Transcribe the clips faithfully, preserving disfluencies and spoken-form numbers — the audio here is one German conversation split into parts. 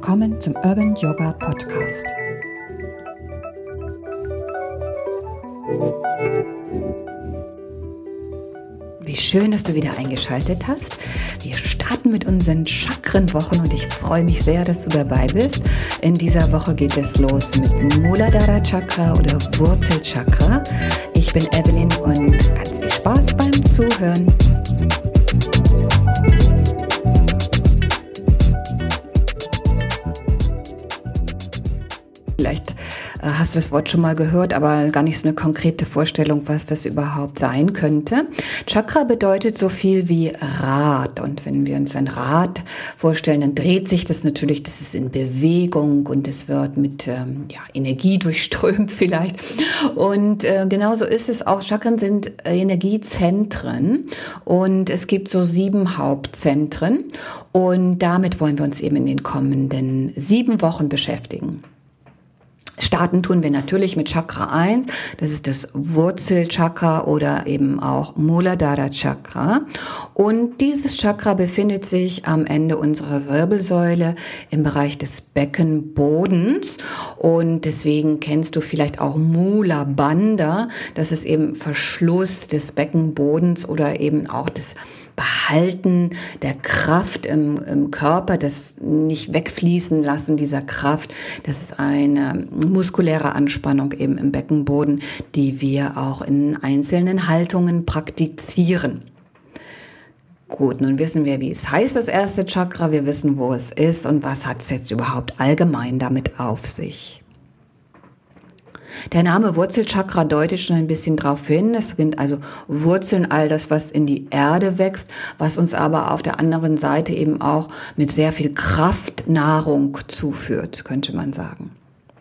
Willkommen zum Urban Yoga Podcast. Wie schön, dass du wieder eingeschaltet hast. Wir starten mit unseren Chakrenwochen und ich freue mich sehr, dass du dabei bist. In dieser Woche geht es los mit Muladhara Chakra oder Wurzelchakra. Ich bin Evelyn und ganz viel Spaß beim Zuhören. Vielleicht hast du das Wort schon mal gehört, aber gar nicht so eine konkrete Vorstellung, was das überhaupt sein könnte. Chakra bedeutet so viel wie Rad. Und wenn wir uns ein Rad vorstellen, dann dreht sich das natürlich, das ist in Bewegung und es wird mit ähm, ja, Energie durchströmt vielleicht. Und äh, genauso ist es auch. Chakren sind äh, Energiezentren und es gibt so sieben Hauptzentren. Und damit wollen wir uns eben in den kommenden sieben Wochen beschäftigen. Starten tun wir natürlich mit Chakra eins, das ist das Wurzelchakra oder eben auch Muladhara Chakra. Und dieses Chakra befindet sich am Ende unserer Wirbelsäule im Bereich des Beckenbodens. Und deswegen kennst du vielleicht auch Mula Bandha, das ist eben Verschluss des Beckenbodens oder eben auch das Behalten der Kraft im, im Körper, das nicht wegfließen lassen dieser Kraft, das ist eine muskuläre Anspannung eben im Beckenboden, die wir auch in einzelnen Haltungen praktizieren. Gut, nun wissen wir, wie es heißt, das erste Chakra, wir wissen, wo es ist und was hat es jetzt überhaupt allgemein damit auf sich. Der Name Wurzelchakra deutet schon ein bisschen darauf hin. Es sind also Wurzeln, all das, was in die Erde wächst, was uns aber auf der anderen Seite eben auch mit sehr viel Kraft Nahrung zuführt, könnte man sagen.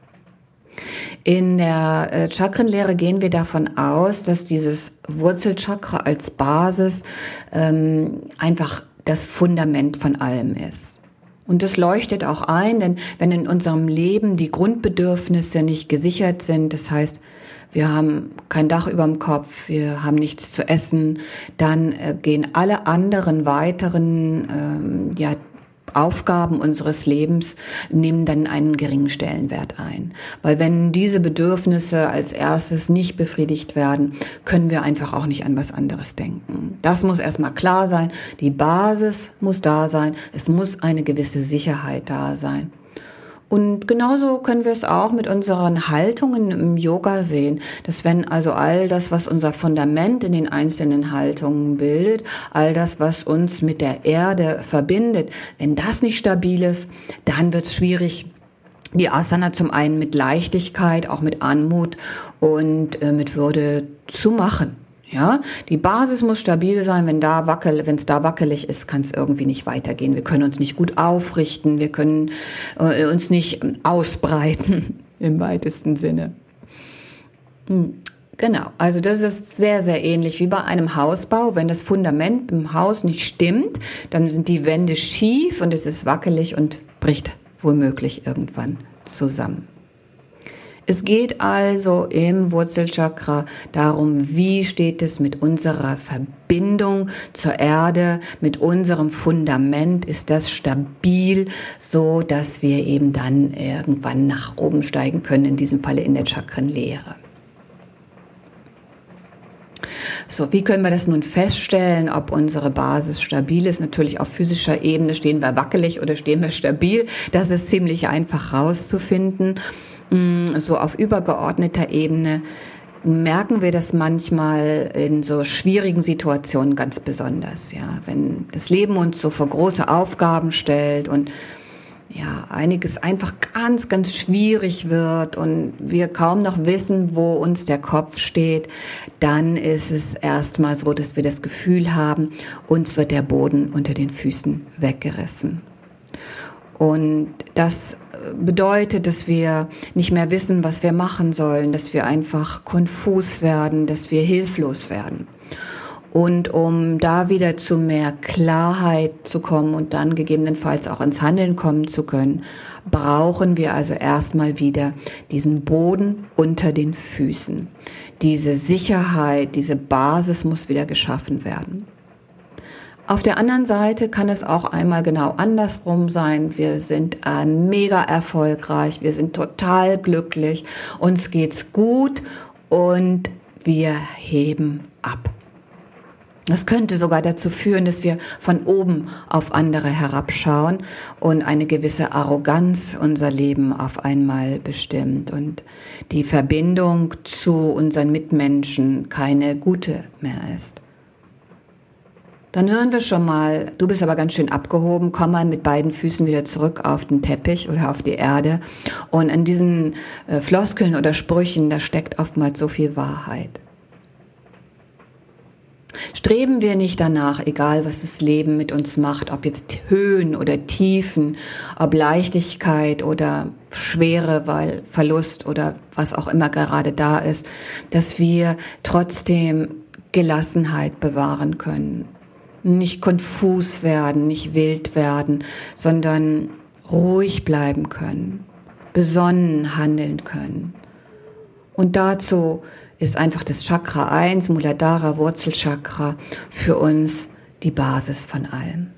In der äh, Chakrenlehre gehen wir davon aus, dass dieses Wurzelchakra als Basis ähm, einfach das Fundament von allem ist. Und das leuchtet auch ein, denn wenn in unserem Leben die Grundbedürfnisse nicht gesichert sind, das heißt, wir haben kein Dach über dem Kopf, wir haben nichts zu essen, dann äh, gehen alle anderen weiteren ähm, ja, Aufgaben unseres Lebens nehmen dann einen geringen Stellenwert ein. Weil wenn diese Bedürfnisse als erstes nicht befriedigt werden, können wir einfach auch nicht an was anderes denken. Das muss erstmal klar sein. Die Basis muss da sein. Es muss eine gewisse Sicherheit da sein. Und genauso können wir es auch mit unseren Haltungen im Yoga sehen, dass wenn also all das, was unser Fundament in den einzelnen Haltungen bildet, all das, was uns mit der Erde verbindet, wenn das nicht stabil ist, dann wird es schwierig, die Asana zum einen mit Leichtigkeit, auch mit Anmut und äh, mit Würde zu machen. Ja, die Basis muss stabil sein. Wenn da wackel, wenn es da wackelig ist, kann es irgendwie nicht weitergehen. Wir können uns nicht gut aufrichten, wir können äh, uns nicht ausbreiten im weitesten Sinne. Hm. Genau, also das ist sehr, sehr ähnlich wie bei einem Hausbau. Wenn das Fundament im Haus nicht stimmt, dann sind die Wände schief und es ist wackelig und bricht womöglich irgendwann zusammen. Es geht also im Wurzelchakra darum, wie steht es mit unserer Verbindung zur Erde, mit unserem Fundament, ist das stabil, so dass wir eben dann irgendwann nach oben steigen können, in diesem Falle in der Chakrenlehre. So, wie können wir das nun feststellen, ob unsere Basis stabil ist? Natürlich auf physischer Ebene, stehen wir wackelig oder stehen wir stabil? Das ist ziemlich einfach rauszufinden. So auf übergeordneter Ebene merken wir das manchmal in so schwierigen Situationen ganz besonders. Ja, wenn das Leben uns so vor große Aufgaben stellt und ja, einiges einfach ganz, ganz schwierig wird und wir kaum noch wissen, wo uns der Kopf steht, dann ist es erstmal so, dass wir das Gefühl haben, uns wird der Boden unter den Füßen weggerissen. Und das bedeutet, dass wir nicht mehr wissen, was wir machen sollen, dass wir einfach konfus werden, dass wir hilflos werden. Und um da wieder zu mehr Klarheit zu kommen und dann gegebenenfalls auch ins Handeln kommen zu können, brauchen wir also erstmal wieder diesen Boden unter den Füßen. Diese Sicherheit, diese Basis muss wieder geschaffen werden. Auf der anderen Seite kann es auch einmal genau andersrum sein. Wir sind äh, mega erfolgreich, wir sind total glücklich, uns geht's gut und wir heben ab. Das könnte sogar dazu führen, dass wir von oben auf andere herabschauen und eine gewisse Arroganz unser Leben auf einmal bestimmt und die Verbindung zu unseren Mitmenschen keine gute mehr ist. Dann hören wir schon mal, du bist aber ganz schön abgehoben, komm mal mit beiden Füßen wieder zurück auf den Teppich oder auf die Erde. Und in diesen äh, Floskeln oder Sprüchen, da steckt oftmals so viel Wahrheit. Streben wir nicht danach, egal was das Leben mit uns macht, ob jetzt Höhen oder Tiefen, ob Leichtigkeit oder Schwere, weil Verlust oder was auch immer gerade da ist, dass wir trotzdem Gelassenheit bewahren können. Nicht konfus werden, nicht wild werden, sondern ruhig bleiben können, besonnen handeln können. Und dazu ist einfach das Chakra eins, Muladhara, Wurzelchakra, für uns die Basis von allem.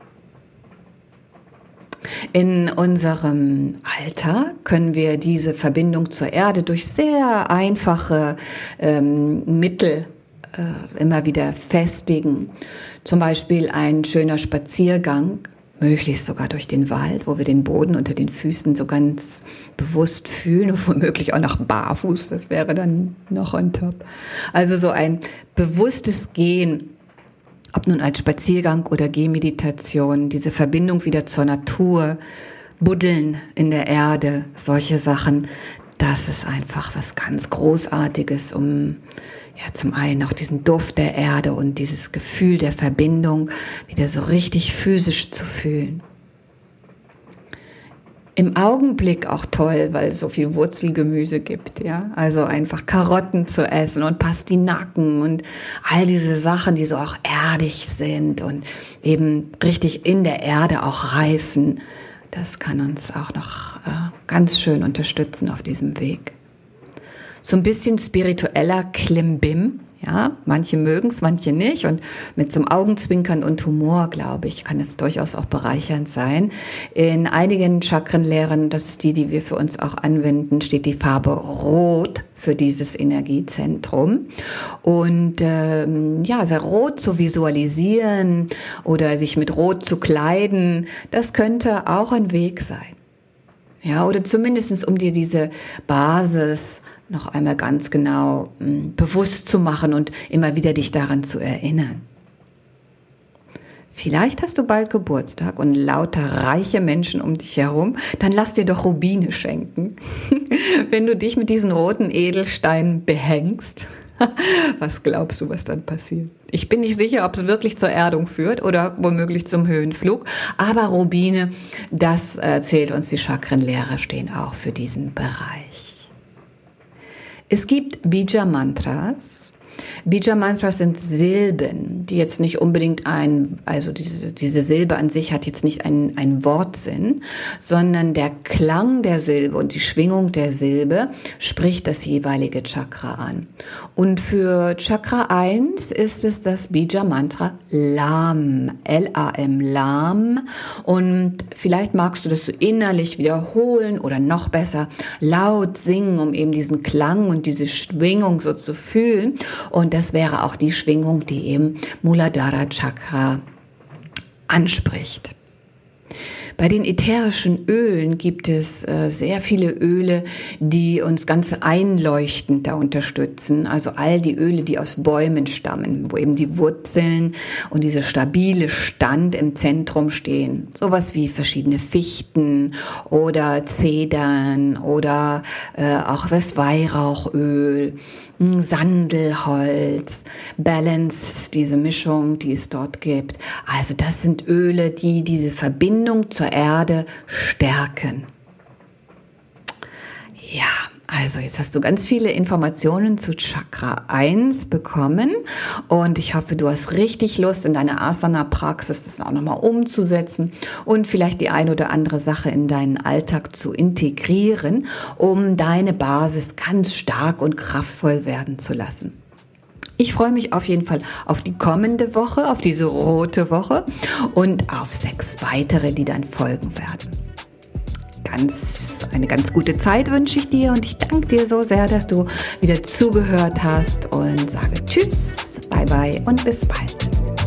In unserem Alter können wir diese Verbindung zur Erde durch sehr einfache ähm, Mittel äh, immer wieder festigen. Zum Beispiel ein schöner Spaziergang, möglichst sogar durch den Wald, wo wir den Boden unter den Füßen so ganz bewusst fühlen und womöglich auch noch barfuß, das wäre dann noch on top. Also so ein bewusstes Gehen, ob nun als Spaziergang oder Gehmeditation, diese Verbindung wieder zur Natur, Buddeln in der Erde, solche Sachen, das ist einfach was ganz Großartiges, um ja zum einen auch diesen Duft der Erde und dieses Gefühl der Verbindung wieder so richtig physisch zu fühlen. Im Augenblick auch toll, weil es so viel Wurzelgemüse gibt, ja. Also einfach Karotten zu essen und Pastinaken und all diese Sachen, die so auch erdig sind und eben richtig in der Erde auch reifen. Das kann uns auch noch äh, ganz schön unterstützen auf diesem Weg. So ein bisschen spiritueller Klimbim, ja, manche mögen es, manche nicht und mit so einem Augenzwinkern und Humor, glaube ich, kann es durchaus auch bereichernd sein. In einigen Chakrenlehren, das ist die, die wir für uns auch anwenden, steht die Farbe Rot für dieses Energiezentrum und ähm, ja, also Rot zu visualisieren oder sich mit Rot zu kleiden, das könnte auch ein Weg sein. Ja, oder zumindestens um dir diese Basis noch einmal ganz genau mh, bewusst zu machen und immer wieder dich daran zu erinnern. Vielleicht hast du bald Geburtstag und lauter reiche Menschen um dich herum, dann lass dir doch Rubine schenken. Wenn du dich mit diesen roten Edelsteinen behängst, was glaubst du, was dann passiert? Ich bin nicht sicher, ob es wirklich zur Erdung führt oder womöglich zum Höhenflug, aber Rubine, das erzählt uns die Chakrenlehre, stehen auch für diesen Bereich. Es gibt Bija-Mantras. Bija-Mantras sind Silben, die jetzt nicht unbedingt ein, also diese, diese Silbe an sich hat jetzt nicht einen, einen Wortsinn, sondern der Klang der Silbe und die Schwingung der Silbe spricht das jeweilige Chakra an. Und für Chakra eins ist es das Bija-Mantra Lam, L A M, Lam. Und vielleicht magst du das so innerlich wiederholen oder noch besser laut singen, um eben diesen Klang und diese Schwingung so zu fühlen. Und das wäre auch die Schwingung, die eben Muladhara Chakra anspricht. Bei den ätherischen Ölen gibt es äh, sehr viele Öle, die uns ganz einleuchtend da unterstützen. Also all die Öle, die aus Bäumen stammen, wo eben die Wurzeln und dieser stabile Stand im Zentrum stehen. Sowas wie verschiedene Fichten oder Zedern oder äh, auch das Weihrauchöl, Sandelholz, Balance, diese Mischung, die es dort gibt. Also das sind Öle, die diese Verbindung zur Erde stärken. Ja, also jetzt hast du ganz viele Informationen zu Chakra eins bekommen und ich hoffe, du hast richtig Lust in deiner Asana-Praxis das auch nochmal umzusetzen und vielleicht die ein oder andere Sache in deinen Alltag zu integrieren, um deine Basis ganz stark und kraftvoll werden zu lassen. Ich freue mich auf jeden Fall auf die kommende Woche, auf diese rote Woche und auf sechs weitere, die dann folgen werden. Ganz, eine ganz gute Zeit wünsche ich dir und ich danke dir so sehr, dass du wieder zugehört hast und sage Tschüss, bye bye und bis bald.